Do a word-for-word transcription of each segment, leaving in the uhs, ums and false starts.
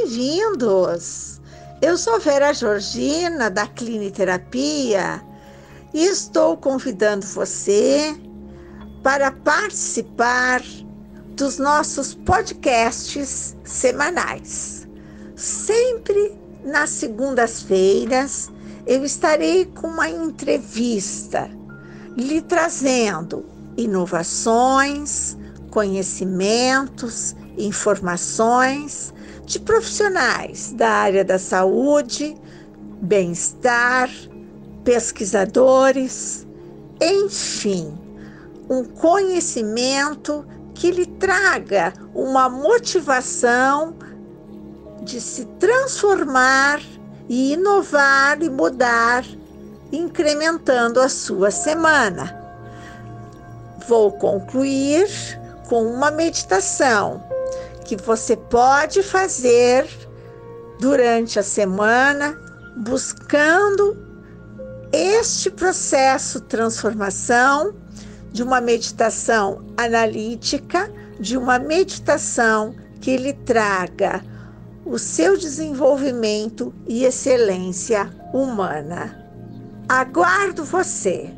bem-vindos! Eu sou Vera Georgina, da Cliniterapia, e estou convidando você para participar dos nossos podcasts semanais. Sempre nas segundas-feiras eu estarei com uma entrevista, lhe trazendo inovações, conhecimentos, informações de profissionais da área da saúde, bem-estar, pesquisadores, enfim, um conhecimento que lhe traga uma motivação de se transformar e inovar e mudar, incrementando a sua semana. Vou concluir com uma meditação que você pode fazer durante a semana, buscando este processo de transformação de uma meditação analítica, de uma meditação que lhe traga o seu desenvolvimento e excelência humana. Aguardo você!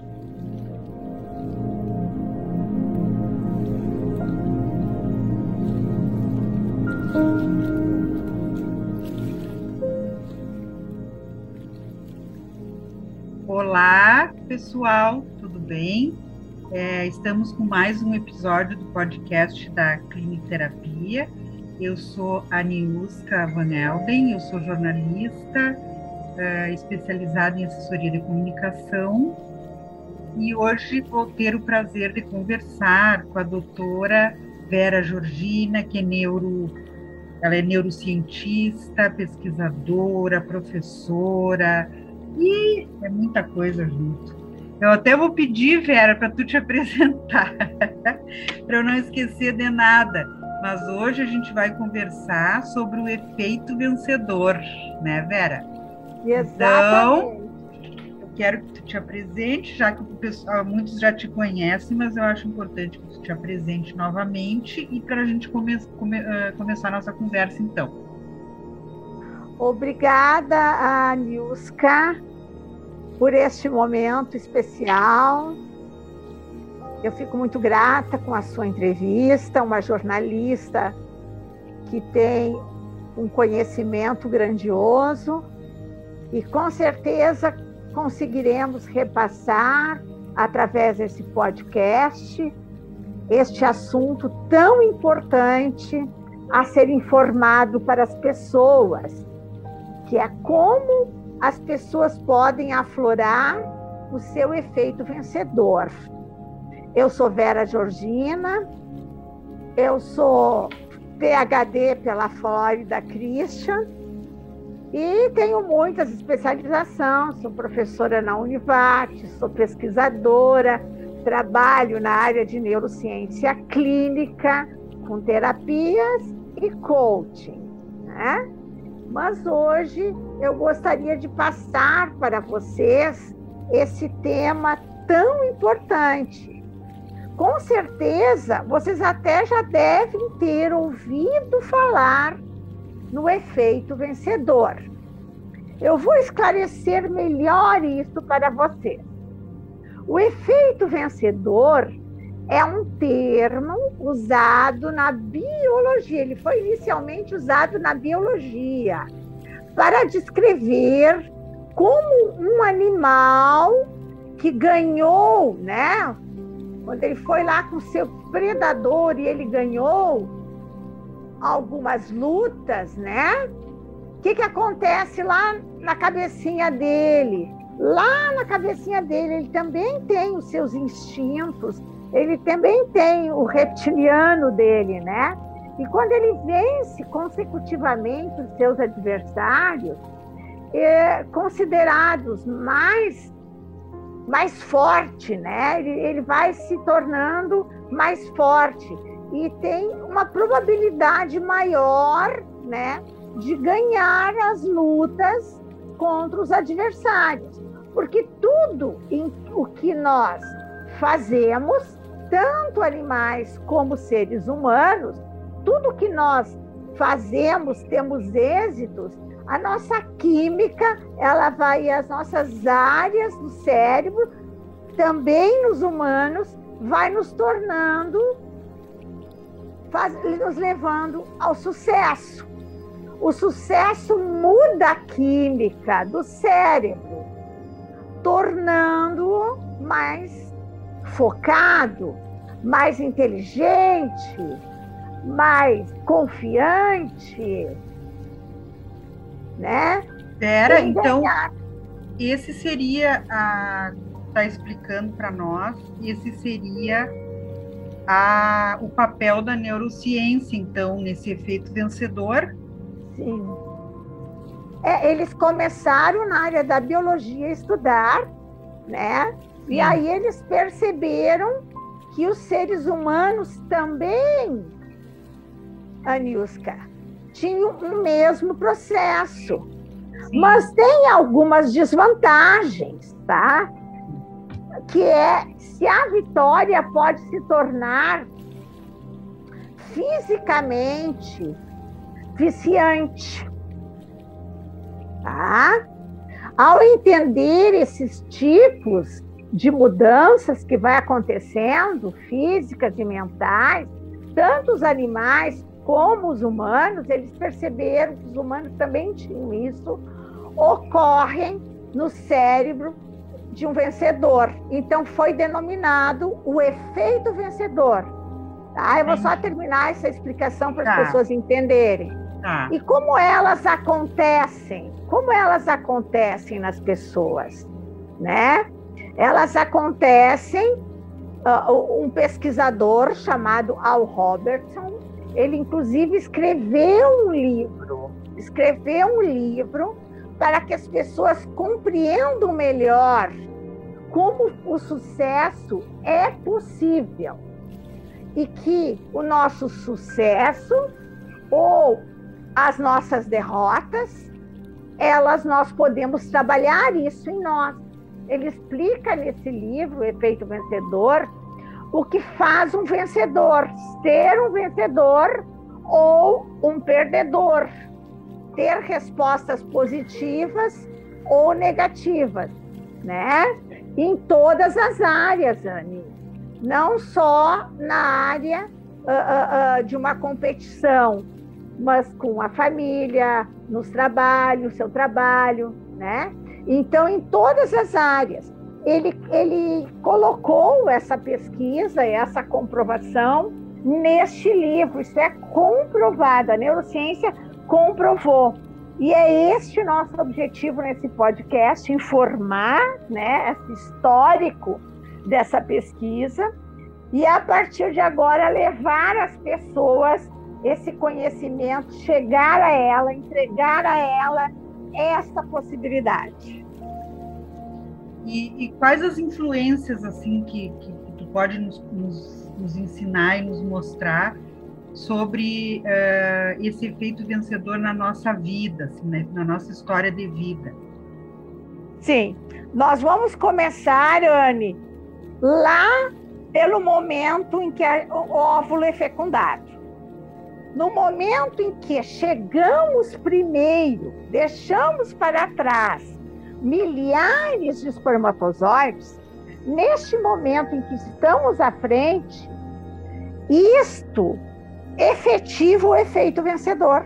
Olá, pessoal, tudo bem? É, estamos com mais um episódio do podcast da Cliniterapia. Eu sou a Niuska Van Elden, eu sou jornalista, é, especializada em assessoria de comunicação, e hoje vou ter o prazer de conversar com a doutora Vera Georgina, que é neuro, ela é neurocientista, pesquisadora, professora, e é muita coisa junto. Eu até vou pedir, Vera, para tu te apresentar, para eu não esquecer de nada. Mas hoje a gente vai conversar sobre o efeito vencedor, né, Vera? Exatamente. Então, eu quero que tu te apresente, já que o pessoal, muitos já te conhecem, mas eu acho importante que tu te apresente novamente e para a gente come, come, uh, começar a nossa conversa, então. Obrigada, a Niuska, por este momento especial. Eu fico muito grata com a sua entrevista, uma jornalista que tem um conhecimento grandioso e com certeza conseguiremos repassar através desse podcast este assunto tão importante a ser informado para as pessoas, que é como as pessoas podem aflorar o seu efeito vencedor. Eu sou Vera Georgina, eu sou P H D pela Florida Christian e tenho muitas especializações, sou professora na Univac, sou pesquisadora, trabalho na área de neurociência clínica, com terapias e coaching, né? Mas hoje eu gostaria de passar para vocês esse tema tão importante. Com certeza, vocês até já devem ter ouvido falar no efeito vencedor. Eu vou esclarecer melhor isso para vocês. O efeito vencedor é um termo usado na biologia. Ele foi inicialmente usado na biologia para descrever como um animal que ganhou, né? Quando ele foi lá com seu predador e ele ganhou algumas lutas, né? O que que acontece lá na cabecinha dele? Lá na cabecinha dele, ele também tem os seus instintos, ele também tem o reptiliano dele, né? E quando ele vence consecutivamente os seus adversários, é, considerados mais, mais forte, né? Ele, ele vai se tornando mais forte e tem uma probabilidade maior, né, de ganhar as lutas contra os adversários. Porque tudo em, o que nós fazemos, tanto animais como seres humanos, tudo que nós fazemos, temos êxitos, a nossa química, ela vai, as nossas áreas do cérebro, também nos humanos, vai nos tornando, faz, nos levando ao sucesso. O sucesso muda a química do cérebro, tornando-o mais focado, mais inteligente, mais confiante, né? Pera, então, esse seria a... está explicando para nós, esse seria a, o papel da neurociência, então, nesse efeito vencedor? Sim. É, eles começaram na área da biologia a estudar, né? Sim. E aí eles perceberam que os seres humanos também, Aniuska, tinham o mesmo processo. Sim. Mas tem algumas desvantagens, tá? Que é se a vitória pode se tornar fisicamente viciante, tá? Ao entender esses tipos de mudanças que vai acontecendo, físicas e mentais, tanto os animais como os humanos, eles perceberam que os humanos também tinham isso, ocorrem no cérebro de um vencedor. Então, foi denominado o efeito vencedor. Tá? Eu vou só terminar essa explicação para as tá. pessoas entenderem. Tá. E como elas acontecem? Como elas acontecem nas pessoas? Né? Elas acontecem, uh, um pesquisador chamado Al Robertson, ele inclusive escreveu um livro, escreveu um livro para que as pessoas compreendam melhor como o sucesso é possível e que o nosso sucesso ou as nossas derrotas, elas nós podemos trabalhar isso em nós. Ele explica nesse livro, O Efeito Vencedor, o que faz um vencedor, ser um vencedor ou um perdedor, ter respostas positivas ou negativas, né? Em todas as áreas, Anny, não só na área uh, uh, uh, de uma competição, mas com a família, nos trabalhos, seu trabalho, né? Então, em todas as áreas. Ele, ele colocou essa pesquisa, essa comprovação neste livro. Isso é comprovado, a neurociência comprovou. E é este nosso objetivo nesse podcast, informar, né, esse histórico dessa pesquisa e, a partir de agora, levar às pessoas esse conhecimento, chegar a ela, entregar a ela essa possibilidade. E, e quais as influências assim que, que, que tu pode nos, nos, nos ensinar e nos mostrar sobre uh, esse efeito vencedor na nossa vida, assim, né? Na nossa história de vida? Sim, nós vamos começar, Anny, lá pelo momento em que a, o óvulo é fecundado. No momento em que chegamos primeiro, deixamos para trás milhares de espermatozoides, neste momento em que estamos à frente, isto efetiva o efeito vencedor.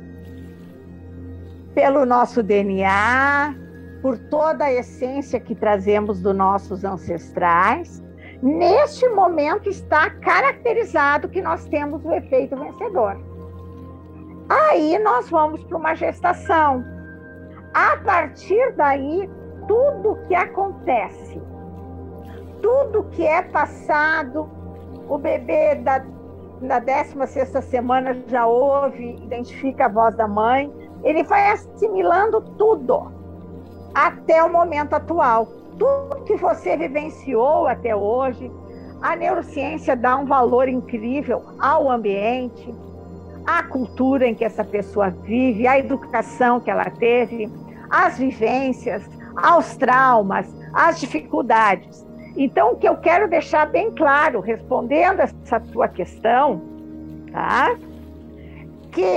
Pelo nosso D N A, por toda a essência que trazemos dos nossos ancestrais, neste momento está caracterizado que nós temos o efeito vencedor. Aí nós vamos para uma gestação. A partir daí, tudo que acontece, tudo que é passado, o bebê da, na décima sexta semana já ouve, identifica a voz da mãe, ele vai assimilando tudo até o momento atual. Tudo que você vivenciou até hoje, a neurociência dá um valor incrível ao ambiente, à cultura em que essa pessoa vive, à educação que ela teve, às vivências, aos traumas, às dificuldades. Então, o que eu quero deixar bem claro, respondendo essa tua questão, tá? Que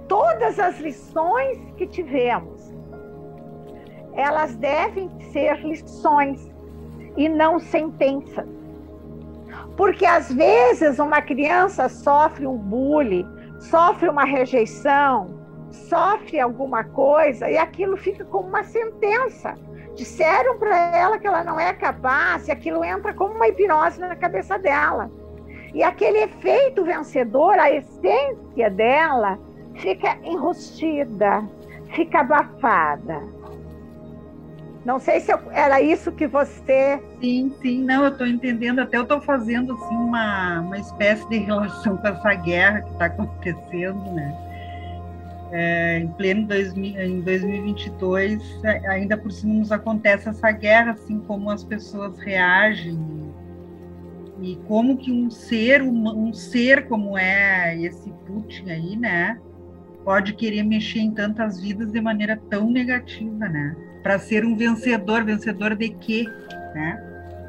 todas as lições que tivemos, elas devem ser lições e não sentenças. Porque, às vezes, uma criança sofre um bullying, sofre uma rejeição, sofre alguma coisa, e aquilo fica como uma sentença. Disseram para ela que ela não é capaz, e aquilo entra como uma hipnose na cabeça dela. E aquele efeito vencedor, a essência dela, fica enrustida, fica abafada. Não sei se eu, era isso que você... Sim, sim, não, eu estou entendendo, até eu estou fazendo assim, uma, uma espécie de relação com essa guerra que está acontecendo, né? É, em pleno dois mil, em dois mil e vinte e dois, ainda por cima nos acontece essa guerra, assim, como as pessoas reagem, e como que um ser, um ser como é esse Putin aí, né, pode querer mexer em tantas vidas de maneira tão negativa, né? Para ser um vencedor, vencedor de quê, né?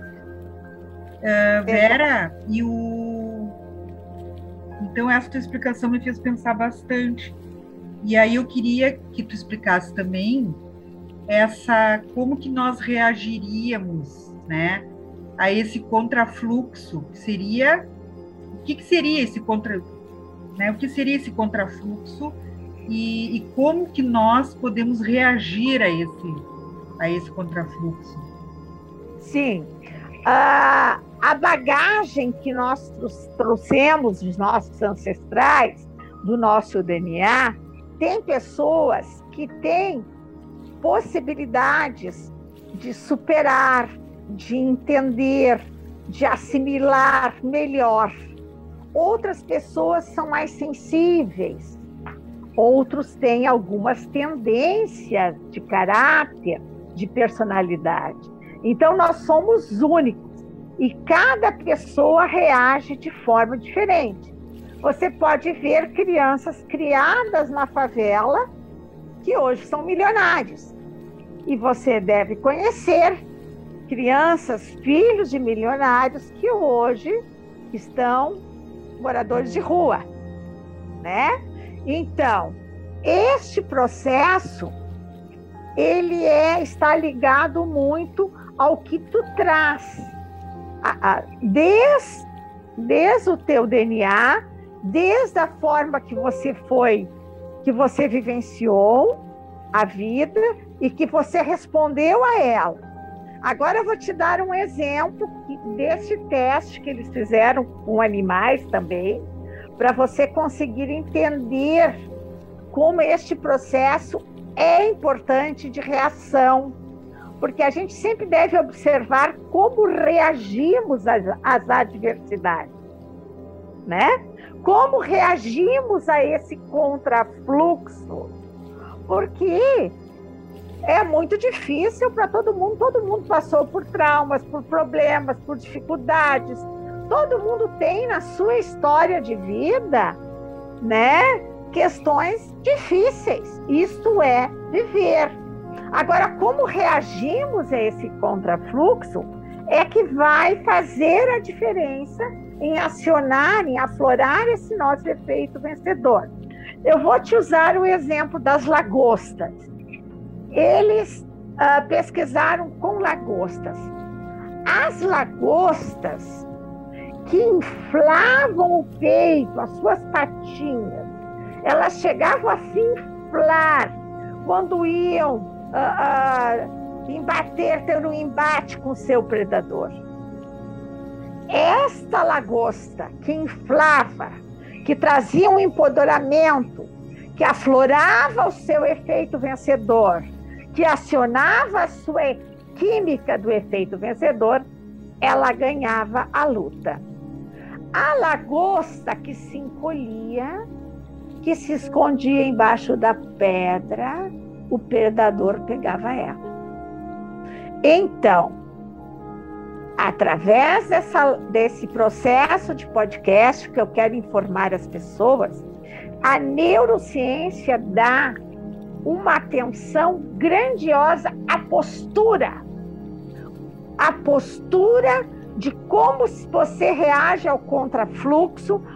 Uh, Vera, e o... Então essa tua explicação me fez pensar bastante. E aí eu queria que tu explicasse também essa, como que nós reagiríamos, né, a esse contrafluxo, que seria, o que, que seria esse contra, né, o que seria esse contrafluxo e, e como que nós podemos reagir a esse, a esse contrafluxo? Sim, a, a bagagem que nós trouxemos dos nossos ancestrais, do nosso D N A, tem pessoas que têm possibilidades de superar, de entender, de assimilar melhor. Outras pessoas são mais sensíveis, outros têm algumas tendências de caráter, de personalidade. Então, nós somos únicos e cada pessoa reage de forma diferente. Você pode ver crianças criadas na favela que hoje são milionários. E você deve conhecer crianças, filhos de milionários que hoje estão moradores de rua, né? Então, este processo, ele é, está ligado muito ao que tu traz, a, a, desde, desde o teu D N A, desde a forma que você foi, que você vivenciou a vida e que você respondeu a ela. Agora eu vou te dar um exemplo desse teste que eles fizeram com animais também, para você conseguir entender como este processo é importante de reação, porque a gente sempre deve observar como reagimos às, às adversidades, né? Como reagimos a esse contrafluxo? Porque é muito difícil para todo mundo, todo mundo passou por traumas, por problemas, por dificuldades. Todo mundo tem na sua história de vida, né, questões difíceis. Isto é viver. Agora, como reagimos a esse contrafluxo é que vai fazer a diferença em acionar, em aflorar esse nosso efeito vencedor. Eu vou te usar o exemplo das lagostas. Eles uh, pesquisaram com lagostas. As lagostas que inflavam o peito, as suas patinhas, elas chegavam a se inflar quando iam uh, uh, embater, ter um embate com o seu predador. Esta lagosta que inflava, que trazia um empoderamento, que aflorava o seu efeito vencedor, que acionava a sua química do efeito vencedor, ela ganhava a luta. A lagosta que se encolhia, que se escondia embaixo da pedra, o predador pegava ela. Então, através dessa, desse processo de podcast que eu quero informar as pessoas, a neurociência dá uma atenção grandiosa à postura. A postura de como você reage ao contrafluxo,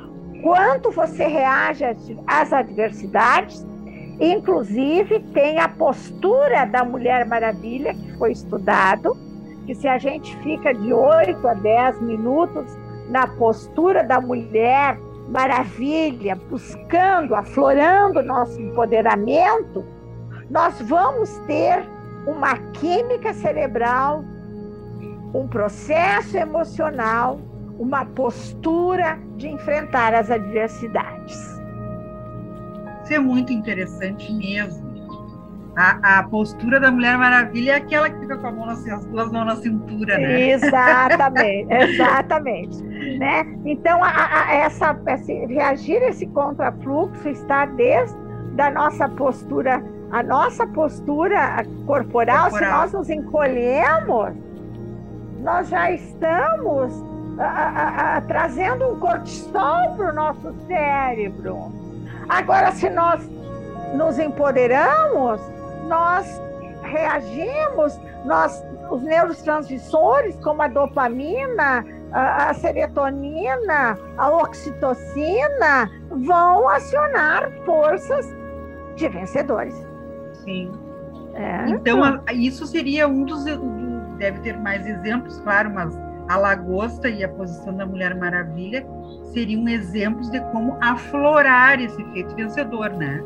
quanto você reage às adversidades. Inclusive, tem a postura da Mulher Maravilha, que foi estudado, que se a gente fica de oito a dez minutos na postura da Mulher Maravilha, buscando, aflorando nosso empoderamento, nós vamos ter uma química cerebral, um processo emocional, uma postura de enfrentar as adversidades. Isso é muito interessante mesmo. A, a postura da Mulher Maravilha é aquela que fica com a mão na, as duas mãos na cintura, né? Exatamente, exatamente. Né? Então, a, a, essa, esse, reagir a esse contrafluxo está desde a nossa postura, a nossa postura corporal, corporal. Se nós nos encolhemos, nós já estamos a, a, a, trazendo um cortisol para o nosso cérebro. Agora, se nós nos empoderamos, nós reagimos, nós, os neurotransmissores, como a dopamina, a, a serotonina, a oxitocina, vão acionar forças de vencedores. Sim. É. Então, a, isso seria um dos... Deve ter mais exemplos, claro, mas a lagosta e a posição da Mulher Maravilha seriam exemplos de como aflorar esse efeito vencedor, né?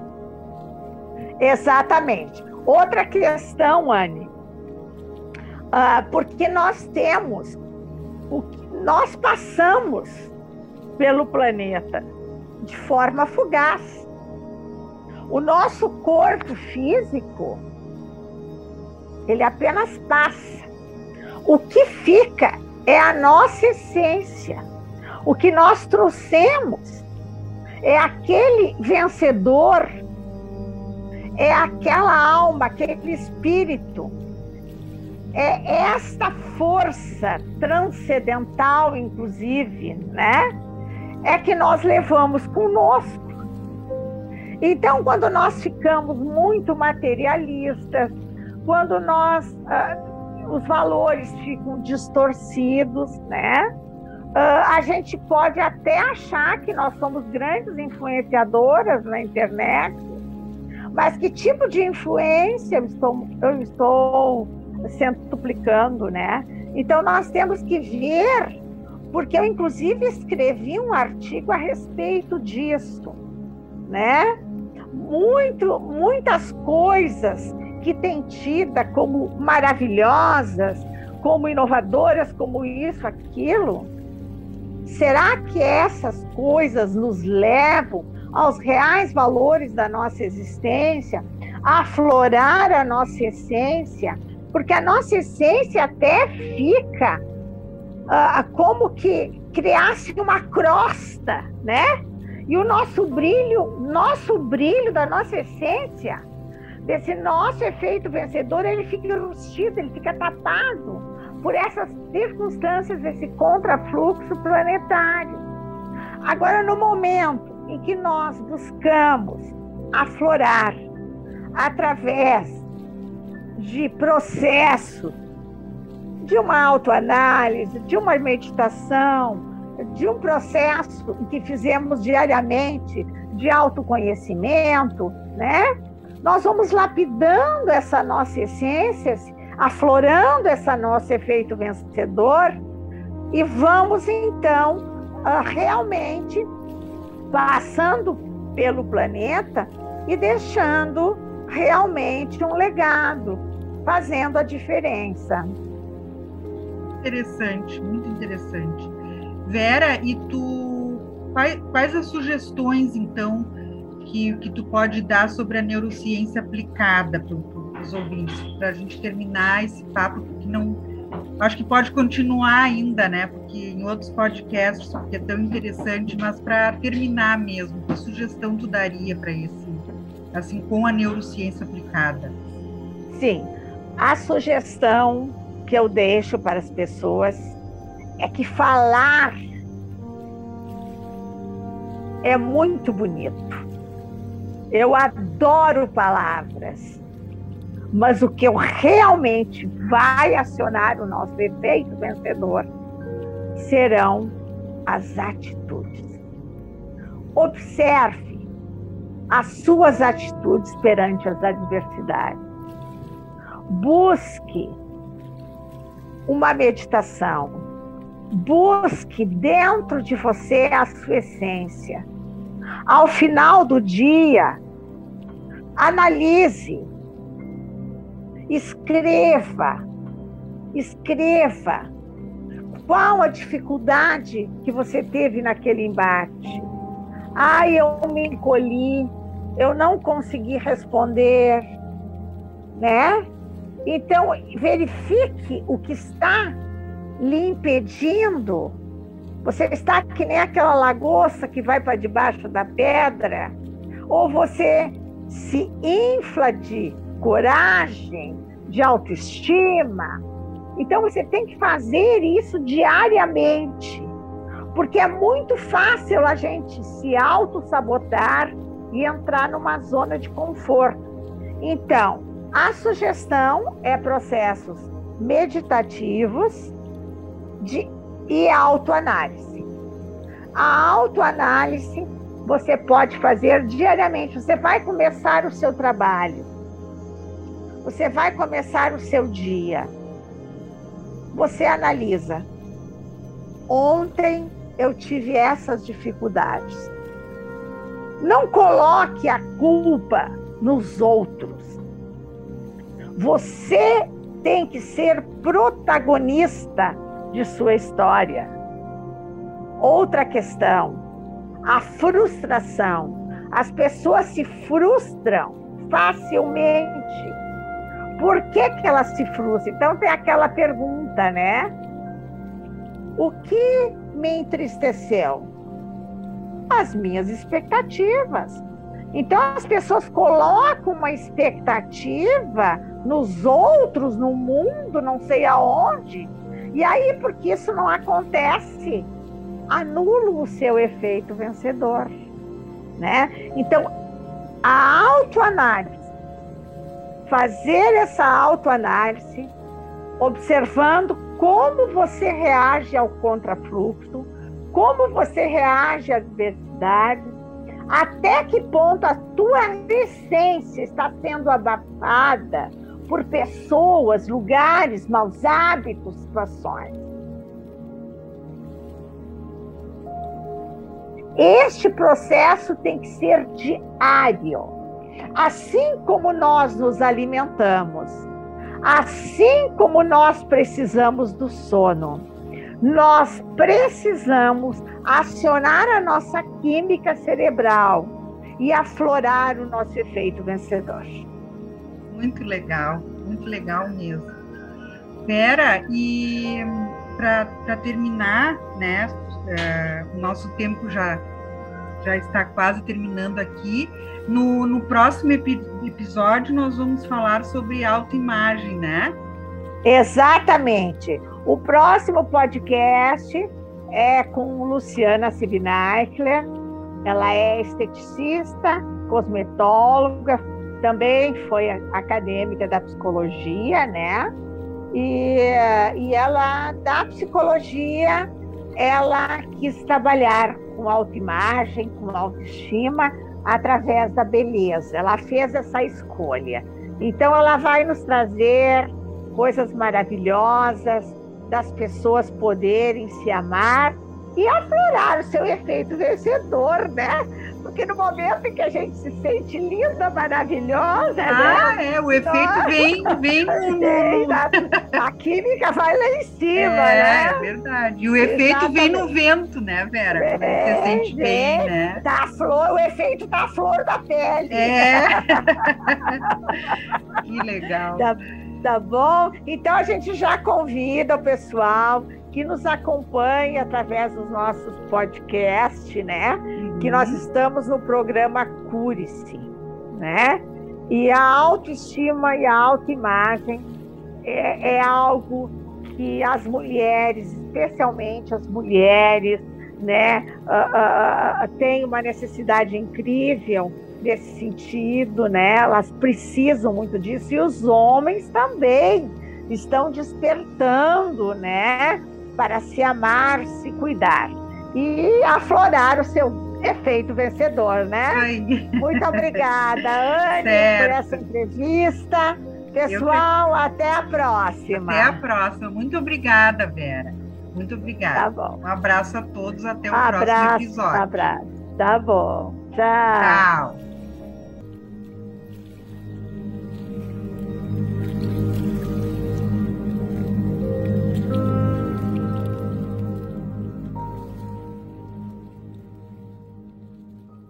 Exatamente. Outra questão, Anne, uh, porque nós temos, o que nós passamos pelo planeta de forma fugaz. O nosso corpo físico, ele apenas passa. O que fica é a nossa essência. O que nós trouxemos é aquele vencedor, é aquela alma, aquele espírito, é esta força transcendental, inclusive, né? É que nós levamos conosco. Então, quando nós ficamos muito materialistas, quando nós, ah, os valores ficam distorcidos, né? Uh, a gente pode até achar que nós somos grandes influenciadoras na internet, mas que tipo de influência eu estou, eu estou centuplicando, né? Então, nós temos que ver, porque eu, inclusive, escrevi um artigo a respeito disso, né? Muito, muitas coisas que têm tido como maravilhosas, como inovadoras, como isso, aquilo. Será que essas coisas nos levam aos reais valores da nossa existência, a aflorar a nossa essência? Porque a nossa essência até fica uh, como que criasse uma crosta, né? E o nosso brilho, nosso brilho da nossa essência, desse nosso efeito vencedor, ele fica enrustido, ele fica tapado por essas circunstâncias, esse contrafluxo planetário. Agora, no momento em que nós buscamos aflorar através de processo, de uma autoanálise, de uma meditação, de um processo que fizemos diariamente de autoconhecimento, né? Nós vamos lapidando essa nossa essência, aflorando esse nosso efeito vencedor, e vamos então realmente passando pelo planeta e deixando realmente um legado, fazendo a diferença. Interessante, muito interessante. Vera, e tu, quais, quais as sugestões então que, que tu pode dar sobre a neurociência aplicada para os ouvintes, para a gente terminar esse papo, porque não, acho que pode continuar ainda, né? Porque em outros podcasts, porque é tão interessante, mas para terminar mesmo, que sugestão tu daria para esse, assim, com a neurociência aplicada? Sim, a sugestão que eu deixo para as pessoas é que falar é muito bonito. Eu adoro palavras, mas o que eu realmente vai acionar o nosso efeito vencedor serão as atitudes. observe as suas atitudes perante as adversidades. Busque uma meditação. Busque dentro de você a sua essência. Ao final do dia, analise, escreva, escreva qual a dificuldade que você teve naquele embate. Ah, eu me encolhi, eu não consegui responder, né? Então, verifique o que está lhe impedindo. Você está que nem aquela lagosta que vai para debaixo da pedra, ou você se infla de coragem, de autoestima. Então, você tem que fazer isso diariamente, porque é muito fácil a gente se auto-sabotar e entrar numa zona de conforto. Então, a sugestão é processos meditativos de, e autoanálise. A autoanálise você pode fazer diariamente. Você vai começar o seu trabalho. Você vai começar o seu dia. Você analisa. Ontem eu tive essas dificuldades. Não coloque a culpa nos outros. Você tem que ser protagonista de sua história. Outra questão, a frustração. As pessoas se frustram facilmente. Por que que elas se frustram? Então tem aquela pergunta, né? O que me entristeceu? As minhas expectativas. Então as pessoas colocam uma expectativa nos outros, no mundo, não sei aonde. E aí, porque isso não acontece, anula o seu efeito vencedor, né? Então, a autoanálise, fazer essa autoanálise, observando como você reage ao contrafluxo, como você reage às adversidades, até que ponto a tua essência está sendo abafada por pessoas, lugares, maus hábitos, situações. Este processo tem que ser diário. Assim como nós nos alimentamos, assim como nós precisamos do sono, nós precisamos acionar a nossa química cerebral e aflorar o nosso efeito vencedor. Muito legal, muito legal mesmo. Vera, e para terminar, né, uh, o nosso tempo já, já está quase terminando aqui. No, no próximo epi- episódio nós vamos falar sobre autoimagem, né? Exatamente. O próximo podcast é com Luciana Sibneichler. Ela é esteticista, cosmetóloga, também foi acadêmica da psicologia, né? E, e ela, da psicologia, ela quis trabalhar com autoimagem, com autoestima, através da beleza. Ela fez essa escolha. Então, ela vai nos trazer coisas maravilhosas, das pessoas poderem se amar e aflorar o seu efeito vencedor, né? Porque no momento em que a gente se sente linda, maravilhosa, ah, né? é, o efeito nós... vem, vem no... a, a química vai lá em cima, é, né? É verdade. E o efeito Exatamente. Vem no vento, né, Vera? É, você sente vem, bem, né? Tá a flor, o efeito da flor da pele. É. Que legal. Tá, tá bom? Então a gente já convida o pessoal que nos acompanhe através dos nossos podcasts, né? Uhum. Que nós estamos no programa Cure-se, né? E a autoestima e a autoimagem é, é algo que as mulheres, especialmente as mulheres, né, uh, uh, têm uma necessidade incrível nesse sentido, né? Elas precisam muito disso, e os homens também estão despertando, né, para se amar, se cuidar e aflorar o seu efeito vencedor, né? Isso aí. Muito obrigada, Anne, Certo. por essa entrevista. Pessoal, que... até a próxima. Até a próxima. Muito obrigada, Vera. Muito obrigada. Tá bom. Um abraço a todos. Até o abraço, próximo episódio. Abraço. Tá bom. Tchau. Tchau.